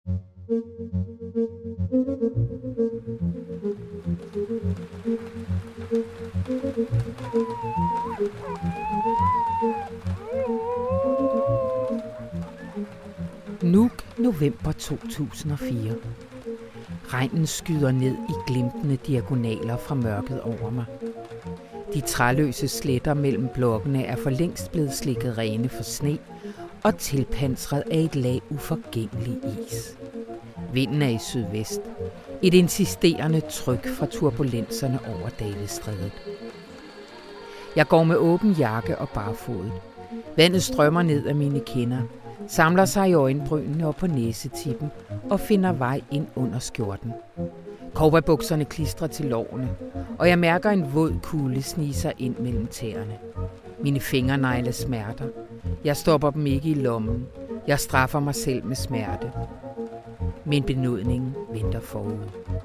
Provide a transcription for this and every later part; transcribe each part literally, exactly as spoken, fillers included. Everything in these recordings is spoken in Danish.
Nuuk, november to tusind og fire. Regnen skyder ned i glimtende diagonaler fra mørket over mig. De træløse sletter mellem blokkene er for længst blevet slikket rene for sne og tilpansret af et lag uforgængelig is. Vinden er i sydvest. Et insisterende tryk fra turbulenserne over Davidstrædet. Jeg går med åben jakke og barfodet. Vandet strømmer ned af mine kinder, samler sig i øjenbrynene og på næsetippen og finder vej ind under skjorten. Cowboybukserne klistrer til lårene, og jeg mærker en våd kulde snige sig ind mellem tæerne. Mine fingernegle smerter. Jeg stopper dem ikke i lommen. Jeg straffer mig selv med smerte. Men benådningen venter forud.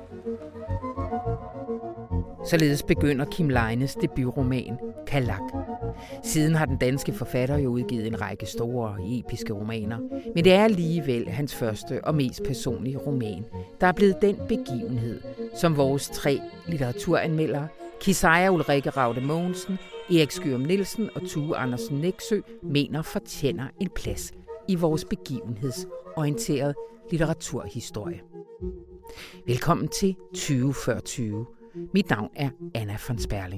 Således begynder Kim Leines debutroman, Kalak. Siden har den danske forfatter jo udgivet en række store og episke romaner, men det er alligevel hans første og mest personlige roman, der er blevet den begivenhed, som vores tre litteraturanmeldere, Kisaja Ulrikke Raude Mogensen, Erik Skyum Nielsen og Tue Andersen Nexø, mener fortjener en plads i vores begivenhedsorienterede litteraturhistorie. Velkommen til tyve før tyve. Mit navn er Anna von Sperling.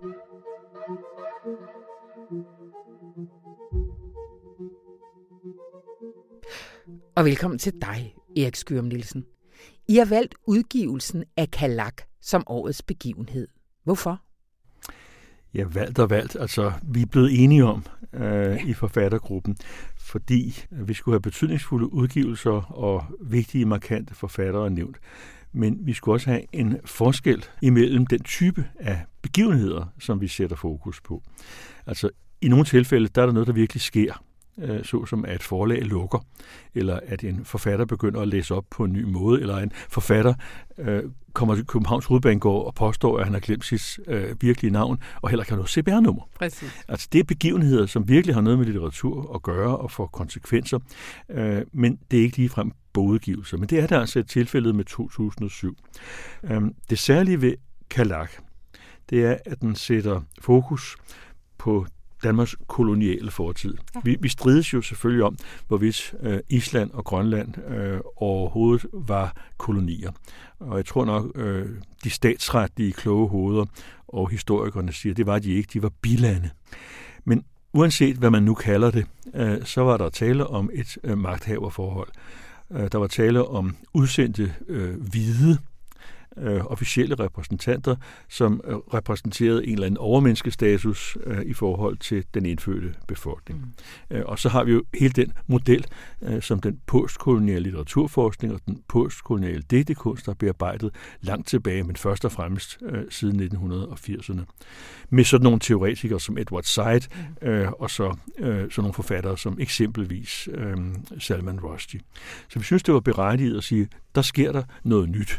Og velkommen til dig, Erik Skyum Nielsen. I har valgt udgivelsen af Kalak som årets begivenhed. Hvorfor? Ja, valgt og valgt. Altså, vi er blevet enige om øh, ja. i forfattergruppen, fordi vi skulle have betydningsfulde udgivelser og vigtige, markante forfattere nævnt. Men vi skulle også have en forskel imellem den type af begivenheder, som vi sætter fokus på. Altså, i nogle tilfælde, der er der noget, der virkelig sker, såsom at et forlag lukker, eller at en forfatter begynder at læse op på en ny måde, eller en forfatter øh, kommer til Københavns Hovedbanegård og påstår, at han har glemt sit øh, virkelige navn, og heller kan noget C P R-nummer. Præcis. Altså, det er begivenheder, som virkelig har noget med litteratur at gøre og får konsekvenser, øh, men det er ikke ligefrem bogudgivelser. Men det er der altså et tilfælde med to tusind og syv. Øh, det særlige ved Kalak, det er, at den sætter fokus på Danmarks koloniale fortid. Ja. Vi, vi strides jo selvfølgelig om, hvorvidt øh, Island og Grønland øh, overhovedet var kolonier. Og jeg tror nok, øh, de statsretlige kloge hoveder og historikerne siger, det var de ikke, de var bilande. Men uanset hvad man nu kalder det, øh, så var der tale om et øh, magthaverforhold. Øh, der var tale om udsendte øh, hvide Øh, officielle repræsentanter, som øh, repræsenterede en eller anden overmenneskestatus øh, i forhold til den indfødte befolkning. Mm. Øh, og så har vi jo hele den model, øh, som den postkoloniale litteraturforskning og den postkoloniale digtekunst har bearbejdet langt tilbage, men først og fremmest øh, siden nitten firserne. Med sådan nogle teoretikere som Edward Said, øh, og så øh, sådan nogle forfattere som eksempelvis øh, Salman Rushdie. Så vi synes, det var berettiget at sige, der sker der noget nyt.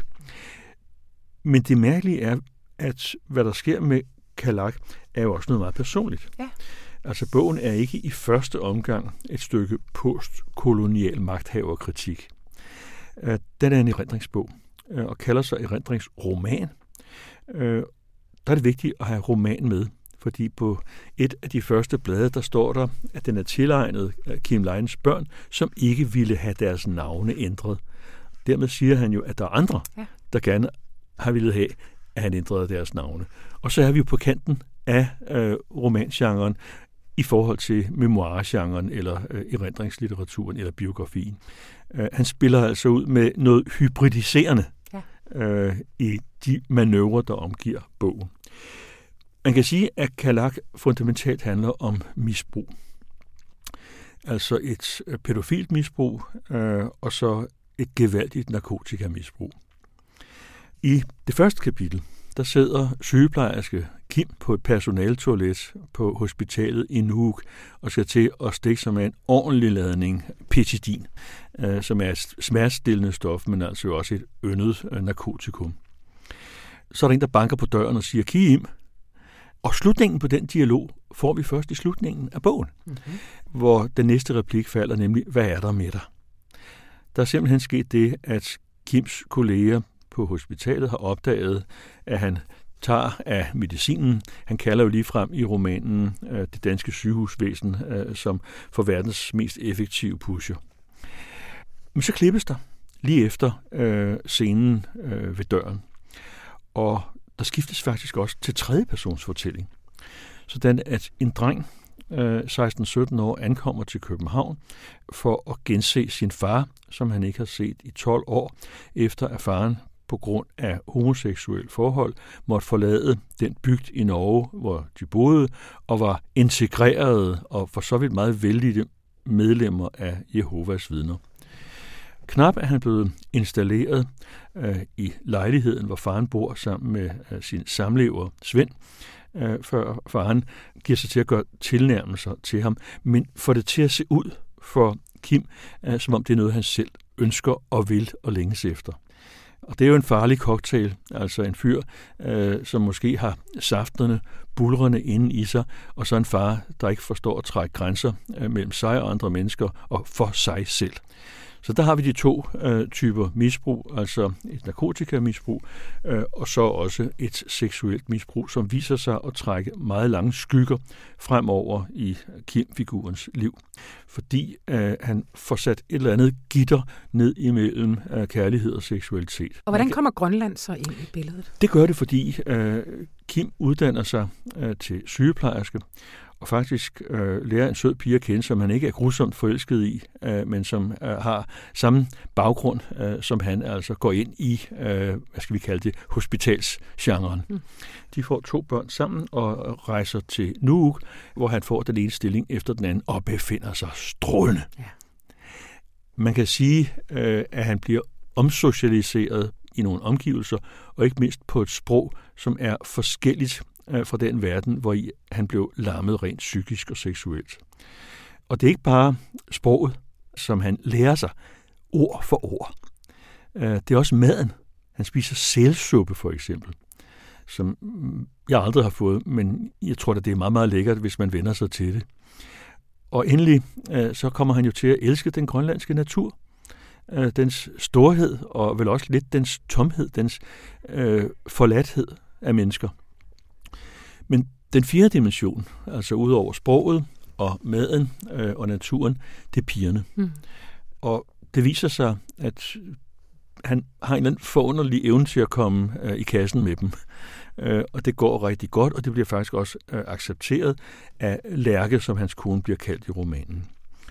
Men det mærkelige er, at hvad der sker med Kalak, er jo også noget meget personligt. Ja. Altså, bogen er ikke i første omgang et stykke postkolonial magthaverkritik. Den er en erindringsbog, og kalder sig erindringsroman. Der er det vigtigt at have roman med, fordi på et af de første blade, der står der, at den er tilegnet Kim Leines børn, som ikke ville have deres navne ændret. Dermed siger han jo, at der er andre, ja. der gerne har ville have, at han ændrede deres navne. Og så er vi jo på kanten af øh, romangenren i forhold til memoirgenren, eller øh, erindringslitteraturen, eller biografien. Øh, han spiller altså ud med noget hybridiserende ja. øh, i de manøvrer, der omgiver bogen. Man kan sige, at Kalak fundamentalt handler om misbrug. Altså et øh, pædofilt misbrug, øh, og så et gevaldigt narkotikamisbrug. I det første kapitel, der sidder sygeplejerske Kim på et personaletoilet på hospitalet i Nuuk og skal til at stikke sig med en ordentlig ladning petidin, øh, som er et smertestillende stof, men altså også et yndet øh, narkotikum. Så er der en, der banker på døren og siger, Kim. Og slutningen på den dialog får vi først i slutningen af bogen, mm-hmm. hvor den næste replik falder, nemlig, hvad er der med dig? Der er simpelthen sket det, at Kims kolleger på hospitalet har opdaget, at han tager af medicinen. Han kalder jo ligefrem i romanen øh, det danske sygehusvæsen øh, som for verdens mest effektive pusher. Men så klippes der lige efter øh, scenen øh, ved døren. Og der skiftes faktisk også til tredjepersons fortælling. Sådan at en dreng, øh, seksten sytten år, ankommer til København for at gense sin far, som han ikke har set i tolv år, efter at faren på grund af homoseksuelle forhold måtte forlade den bygd i Norge, hvor de boede, og var integrerede og for så vidt meget vældige medlemmer af Jehovas vidner. Knap er han blevet installeret øh, i lejligheden, hvor faren bor sammen med øh, sin samlever Svend, øh, før faren giver sig til at gøre tilnærmelser til ham, men får det til at se ud for Kim, øh, som om det er noget, han selv ønsker og vil og længes efter. Og det er jo en farlig cocktail, altså en fyr, øh, som måske har safterne, bulrende inde i sig, og så en far, der ikke forstår at trække grænser øh, mellem sig og andre mennesker og for sig selv. Så der har vi de to øh, typer misbrug, altså et narkotikamisbrug, øh, og så også et seksuelt misbrug, som viser sig at trække meget lange skygger fremover i Kim-figurens liv. Fordi øh, han får sat et eller andet gitter ned imellem øh, kærlighed og seksualitet. Og hvordan kommer Grønland så ind i billedet? Det gør det, fordi øh, Kim uddanner sig øh, til sygeplejerske, og faktisk øh, lærer en sød pige at kende, som han ikke er grusomt forelsket i, øh, men som øh, har samme baggrund, øh, som han altså går ind i, øh, hvad skal vi kalde det, hospitalsgenren. Mm. De får to børn sammen og rejser til Nuuk, hvor han får den ene stilling efter den anden og befinder sig strålende. Ja. Man kan sige, øh, at han bliver omsocialiseret i nogle omgivelser, og ikke mindst på et sprog, som er forskelligt fra den verden, hvor han blev lammet rent psykisk og seksuelt. Og det er ikke bare sproget, som han lærer sig ord for ord. Det er også maden. Han spiser sælsuppe for eksempel, som jeg aldrig har fået, men jeg tror, at det er meget, meget lækkert, hvis man vender sig til det. Og endelig så kommer han jo til at elske den grønlandske natur. Dens storhed og vel også lidt dens tomhed, dens øh, forladthed af mennesker. Men den fjerde dimension, altså ud over sproget og maden øh, og naturen, det er pigerne. Mm. Og det viser sig, at han har en eller anden forunderlig evne til at komme øh, i kassen med dem. Øh, og det går rigtig godt, og det bliver faktisk også øh, accepteret af Lærke, som hans kone bliver kaldt i romanen.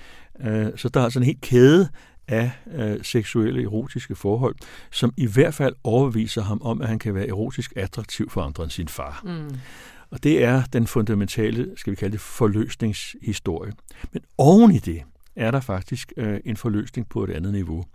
Øh, så der er altså en helt kæde af øh, seksuelle, erotiske forhold, som i hvert fald overbeviser ham om, at han kan være erotisk attraktiv for andre end sin far. Mm. Og det er den fundamentale, skal vi kalde det, forløsningshistorie. Men oven i det er der faktisk øh, en forløsning på et andet niveau.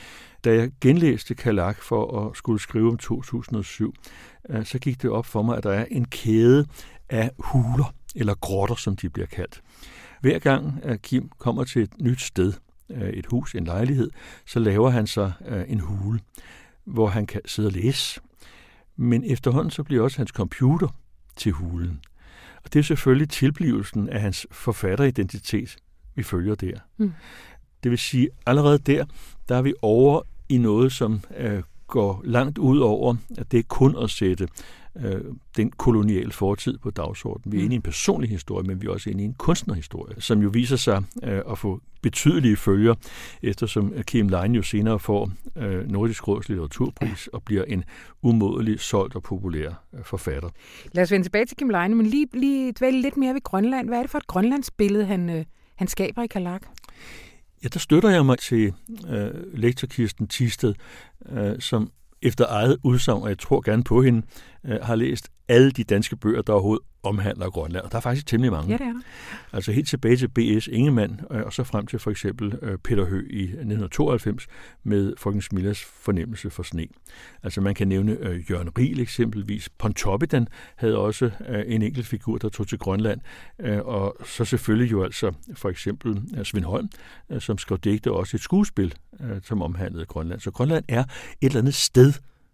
Da jeg genlæste Kalak for at skulle skrive om to tusind og syv, øh, så gik det op for mig, at der er en kæde af huler, eller grotter, som de bliver kaldt. Hver gang at Kim kommer til et nyt sted, et hus, en lejlighed, så laver han sig en hule, hvor han kan sidde og læse. Men efterhånden så bliver også hans computer til hulen. Og det er selvfølgelig tilblivelsen af hans forfatteridentitet, vi følger der. Mm. Det vil sige, allerede der, der er vi over i noget, som øh, går langt ud over, at det er kun at sætte øh, den koloniale fortid på dagsordenen. Vi er inde i en personlig historie, men vi er også inde i en kunstnerhistorie, som jo viser sig øh, at få betydelige følger, eftersom Kim Leine jo senere får øh, Nordisk Råds litteraturpris og bliver en umådelig solgt og populær øh, forfatter. Lad os vende tilbage til Kim Leine, men lige, lige dvæle lidt mere ved Grønland. Hvad er det for et grønlandsbillede, han, øh, han skaber i Kalak? Ja, der støtter jeg mig til øh, lektor Kirsten Thisted, øh, som efter eget udsagn, og jeg tror gerne på hende, øh, har læst alle de danske bøger, der overhovedet omhandler Grønland. Og der er faktisk temmelig mange. Ja, det er der. Altså helt tilbage til B S Ingemann, øh, og så frem til for eksempel øh, Peter Høeg i nitten tooghalvfems med Frøken Smillas fornemmelse for sne. Altså man kan nævne øh, Jørgen Riel eksempelvis. Pontoppidan havde også øh, en enkelt figur, der tog til Grønland. Øh, og så selvfølgelig jo altså for eksempel øh, Svend Holm, øh, som skrev digte, også et skuespil, øh, som omhandlede Grønland. Så Grønland er et eller andet sted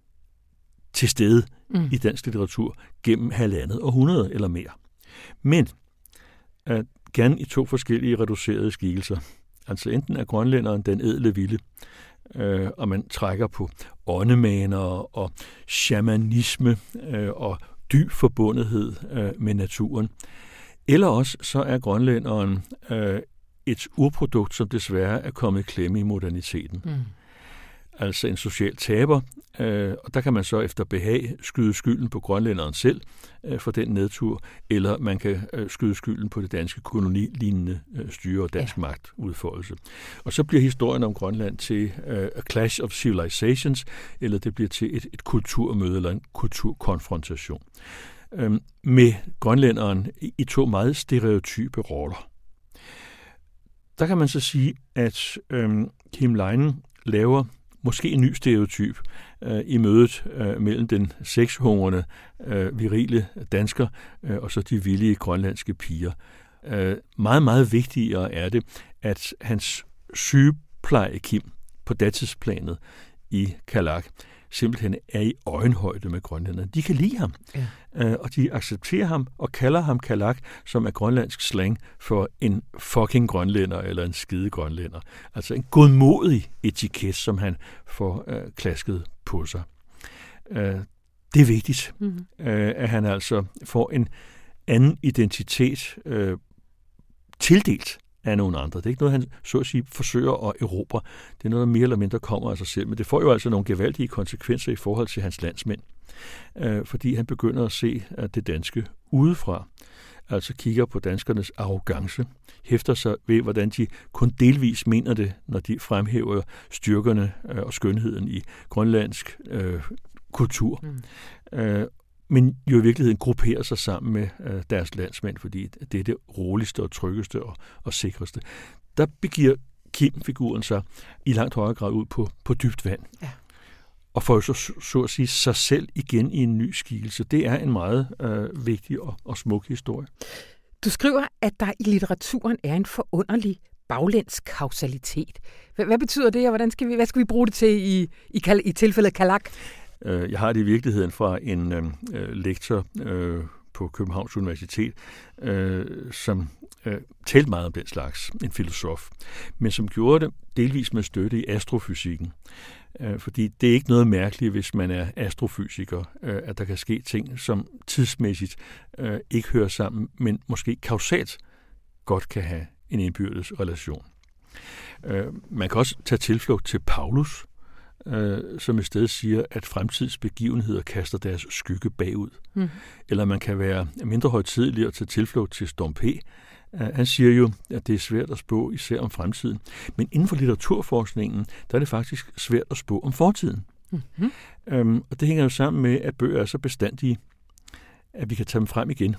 til stede mm. i dansk litteratur gennem halvandet århundrede eller mere. Men uh, gerne i to forskellige reducerede skikkelser. Altså enten er grønlænderen den ædle vilde, øh, og man trækker på åndemaner og shamanisme øh, og dyb forbundethed øh, med naturen. Eller også så er grønlænderen øh, et urprodukt, som desværre er kommet i klemme i moderniteten. Mm. Altså en social taber, øh, og der kan man så efter behag skyde skylden på grønlænderen selv øh, for den nedtur, eller man kan øh, skyde skylden på det danske kolonilignende øh, styre og dansk ja. magtudfoldelse. Og så bliver historien om Grønland til øh, a clash of civilizations, eller det bliver til et, et kulturmøde eller en kulturkonfrontation. Øh, med grønlænderen i, i to meget stereotype roller. Der kan man så sige, at øh, Kim Leine laver måske en ny stereotyp øh, i mødet øh, mellem den sexhungrende, øh, virile dansker øh, og så de villige grønlandske piger. Øh, meget, meget vigtigere er det, at hans sygepleje Kim på datidsplanet i Kalak simpelthen er i øjenhøjde med grønlænderne. De kan lide ham, ja. øh, og de accepterer ham og kalder ham Kalak, som er grønlandsk slang for en fucking grønlænder eller en skide grønlænder. Altså en godmodig etiket, som han får øh, klasket på sig. Øh, det er vigtigt, mm-hmm. øh, at han altså får en anden identitet øh, tildelt af nogle andre. Det er ikke noget, han så at sige forsøger at erobre. Det er noget, der mere eller mindre kommer af sig selv. Men det får jo altså nogle gevaldige konsekvenser i forhold til hans landsmænd. Øh, fordi han begynder at se at det danske udefra. Altså kigger på danskernes arrogance, hæfter sig ved, hvordan de kun delvis mener det, når de fremhæver styrkerne øh, og skønheden i grønlandsk øh, kultur. Mm. Øh, men jo i virkeligheden grupperer sig sammen med øh, deres landsmænd, fordi det er det roligste og tryggeste og, og sikreste. Der begiver Kim-figuren sig i langt højere grad ud på, på dybt vand. Ja. Og får så, så at sige sig selv igen i en ny skikkelse. Det er en meget øh, vigtig og, og smuk historie. Du skriver, at der i litteraturen er en forunderlig baglæns kausalitet. Hvad, hvad betyder det, og hvordan skal vi, hvad skal vi bruge det til i, i, i tilfældet Kalak? Jeg har det i virkeligheden fra en øh, lektor øh, på Københavns Universitet, øh, som øh, talte meget om den slags, en filosof, men som gjorde det delvis med støtte i astrofysikken. Øh, fordi det er ikke noget mærkeligt, hvis man er astrofysiker, øh, at der kan ske ting, som tidsmæssigt øh, ikke hører sammen, men måske kausalt godt kan have en indbyrdes relation. Øh, man kan også tage tilflugt til Paulus, øh, som i stedet siger, at fremtidsbegivenheder kaster deres skygge bagud. Mm. Eller man kan være mindre højtidelig og tage tilflugt til Storm P. Uh, han siger jo, at det er svært at spå, især om fremtiden. Men inden for litteraturforskningen, der er det faktisk svært at spå om fortiden. Mm-hmm. Um, og det hænger jo sammen med, at bøger er så bestandige, at vi kan tage dem frem igen.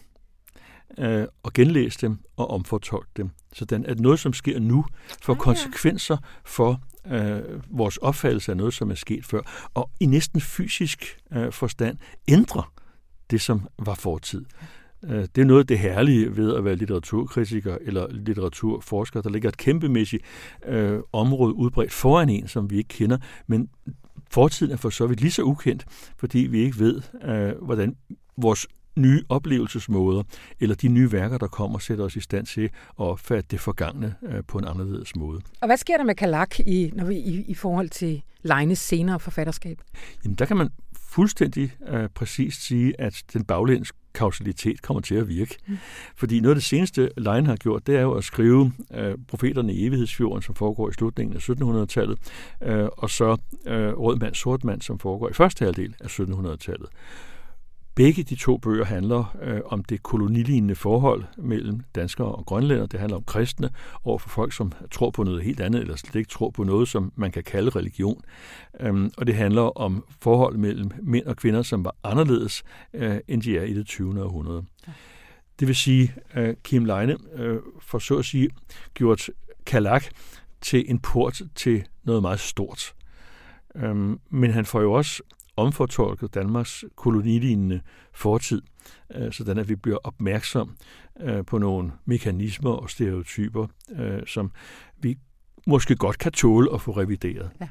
Uh, og genlæse dem og omfortolke dem. Sådan at noget, som sker nu, får ah, ja. konsekvenser for uh, vores opfattelse af noget, som er sket før. Og i næsten fysisk uh, forstand ændrer det, som var fortid. Det er noget af det herlige ved at være litteraturkritiker eller litteraturforsker. Der ligger et kæmpemæssigt øh, område udbredt foran en, som vi ikke kender, men fortiden er for så vidt lige så ukendt, fordi vi ikke ved, øh, hvordan vores nye oplevelsesmåder eller de nye værker, der kommer, sætter os i stand til at opfatte det forgangne øh, på en anderledes måde. Og hvad sker der med Kalak i, når vi, i, i forhold til Leines senere forfatterskab? Jamen, der kan man fuldstændig øh, præcist sige, at den baglæns kausalitet kommer til at virke. Mm. Fordi noget af det seneste, Leine har gjort, det er jo at skrive øh, Profeterne i evighedsfjorden, som foregår i slutningen af syttenhundredetallet, øh, og så øh, Rød mand, sort mand, som foregår i første halvdel af syttenhundredetallet. Begge de to bøger handler øh, om det kolonilignende forhold mellem danskere og grønlændere. Det handler om kristne over for folk, som tror på noget helt andet, eller slet ikke tror på noget, som man kan kalde religion. Øhm, og det handler om forhold mellem mænd og kvinder, som var anderledes, øh, end de er i det tyvende århundrede. Ja. Det vil sige, at øh, Kim Leine øh, for så at sige gjort Kalak til en port til noget meget stort. Øhm, men han får jo også omfortolket Danmarks kolonilignende fortid, øh, sådan at vi bliver opmærksom øh, på nogle mekanismer og stereotyper, øh, som vi måske godt kan tåle at få revideret. Ja.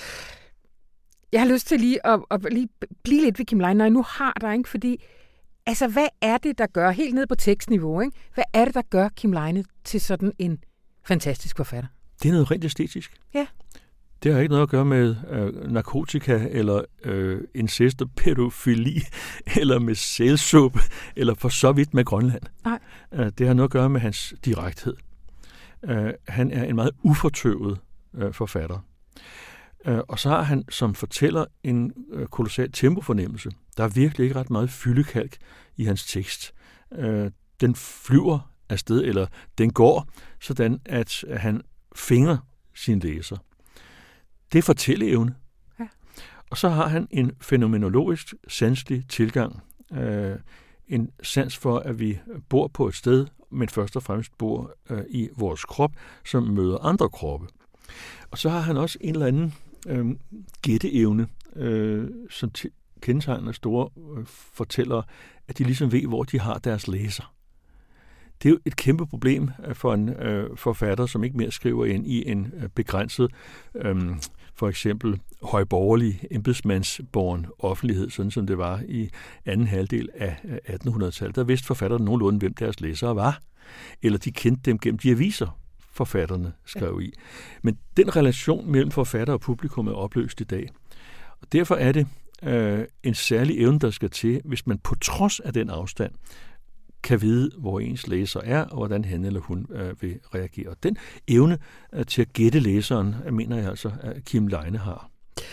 Jeg har lyst til lige at, at lige blive lidt ved Kim Leine, når jeg nu har dig, ikke? Fordi altså, hvad er det, der gør, helt ned på tekstniveau, ikke? Hvad er det, der gør Kim Leine til sådan en fantastisk forfatter? Det er noget rent æstetisk. Ja. Det har ikke noget at gøre med øh, narkotika, eller øh, incest og pædofili, eller med sælsuppe, eller for så vidt med Grønland. Nej. Øh, det har noget at gøre med hans direkthed. Øh, han er en meget ufortøvet øh, forfatter. Øh, og så har han som fortæller en øh, kolossal tempofornemmelse. Der er virkelig ikke ret meget fyldekalk i hans tekst. Øh, den flyver afsted, eller den går, sådan at han finger sin læser. Det er fortælleevne. Ja. Og så har han en fænomenologisk, sanselig tilgang. Øh, en sans for, at vi bor på et sted, men først og fremmest bor øh, i vores krop, som møder andre kroppe. Og så har han også en eller anden øh, gætteevne, øh, som t- kendetegner store øh, fortællere, at de ligesom ved, hvor de har deres læser. Det er jo et kæmpe problem for en øh, forfatter, som ikke mere skriver ind i en øh, begrænset, øh, for eksempel højborgerlig, embedsmandsborgen offentlighed, sådan som det var i anden halvdel af attenhundredetallet. Der vidste forfatterne nogenlunde, hvem deres læsere var, eller de kendte dem gennem de aviser, forfatterne skrev i. Men den relation mellem forfatter og publikum er opløst i dag. Og derfor er det øh, en særlig evne, der skal til, hvis man på trods af den afstand kan vide, hvor ens læser er, og hvordan han eller hun øh, vil reagere. Den evne øh, til at gætte læseren, mener jeg altså, at Kim Leine har.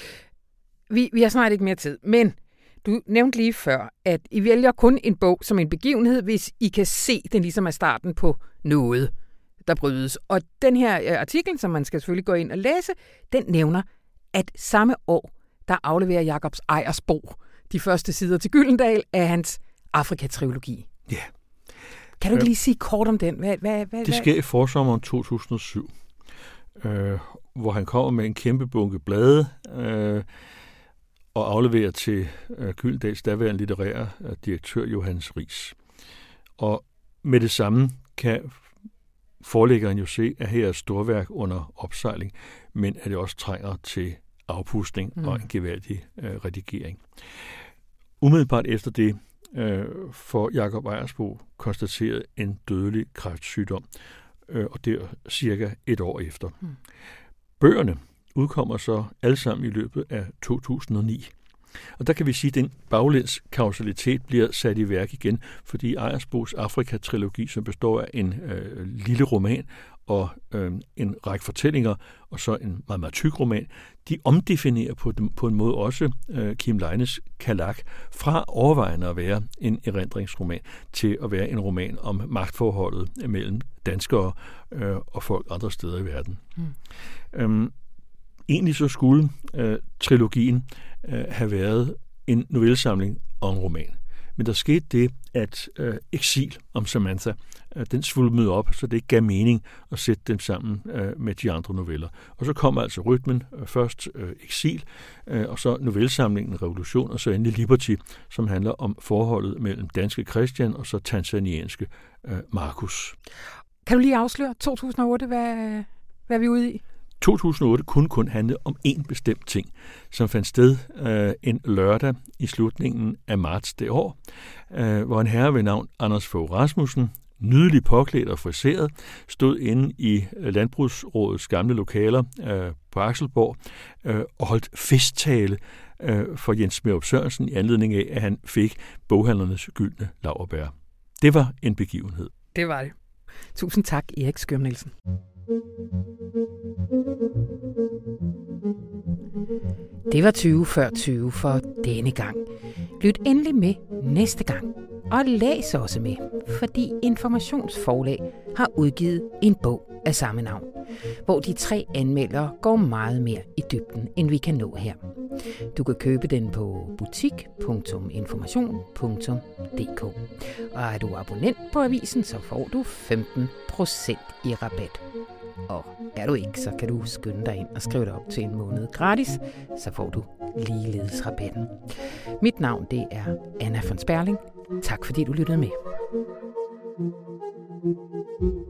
Vi, vi har snart ikke mere tid, men du nævnte lige før, at I vælger kun en bog som en begivenhed, hvis I kan se, den ligesom er starten på noget, der brydes. Og den her øh, artikel, som man skal selvfølgelig gå ind og læse, den nævner, at samme år, der afleverer Jacobs Ejersbo de første sider til Gyldendal af hans Afrika-trilogi. Ja. Kan du ikke lige sige kort om den? Hvad, hvad, hvad, det sker i forsommeren to tusind og syv, øh, hvor han kommer med en kæmpe bunke blade øh, og afleverer til øh, Gyldendals daværende litterære øh, direktør Johannes Riis. Og med det samme kan forlæggeren jo se, at her er et storværk under opsejling, men at det også trænger til afpustning mm. og en gevaldig øh, redigering. Umiddelbart efter det øh, får Jacob Ejersbo konstateret en dødelig kræftsygdom, øh, og det er cirka et år efter. Mm. Bøgerne udkommer så alle sammen i løbet af to tusind og ni. Og der kan vi sige, at den baglæns kausalitet bliver sat i værk igen, fordi Ejersbos Afrika-trilogi, som består af en øh, lille roman og øh, en række fortællinger, og så en meget, meget tyk roman, de omdefinerer på, den, på en måde også øh, Kim Leines Kalak fra overvejende at være en erindringsroman til at være en roman om magtforholdet mellem danskere øh, og folk andre steder i verden. Mm. Øhm, egentlig så skulle øh, trilogien øh, have været en novellesamling og en roman. Men der skete det, at øh, Eksil om Samantha, øh, den svulmede op, så det ikke gav mening at sætte dem sammen øh, med de andre noveller. Og så kom altså rytmen, øh, først øh, Eksil, øh, og så novellesamlingen Revolution, og så endelig Liberty, som handler om forholdet mellem danske Christian og så tanzanianske øh, Markus. Kan du lige afsløre to tusind og otte, hvad, hvad er vi ude i? to tusind og otte kunne kun handle om én bestemt ting, som fandt sted øh, en lørdag i slutningen af marts det år, øh, hvor en herre ved navn Anders Fogh Rasmussen, nydelig påklædt og friseret, stod inde i Landbrugsrådets gamle lokaler øh, på Akselborg øh, og holdt festtale øh, for Jens Smærup Sørensen i anledning af, at han fik boghandlernes gyldne laurbær. Det var en begivenhed. Det var det. Tusind tak, Erik Skjørm Nielsen. Det var tyve før tyve for denne gang. Lyt endelig med næste gang. Og læs også med, fordi Informationsforlag har udgivet en bog af samme navn, hvor de tre anmeldere går meget mere i dybden, end vi kan nå her. Du kan købe den på butik punktum information punktum d k. Og er du abonnent på avisen, så får du femten procent i rabat. Og er du ikke, så kan du skynde dig ind og skrive dig op til en måned gratis, så får du ligeledes rabatten. Mit navn, det er Anna von Sperling. Tak fordi du lyttede med.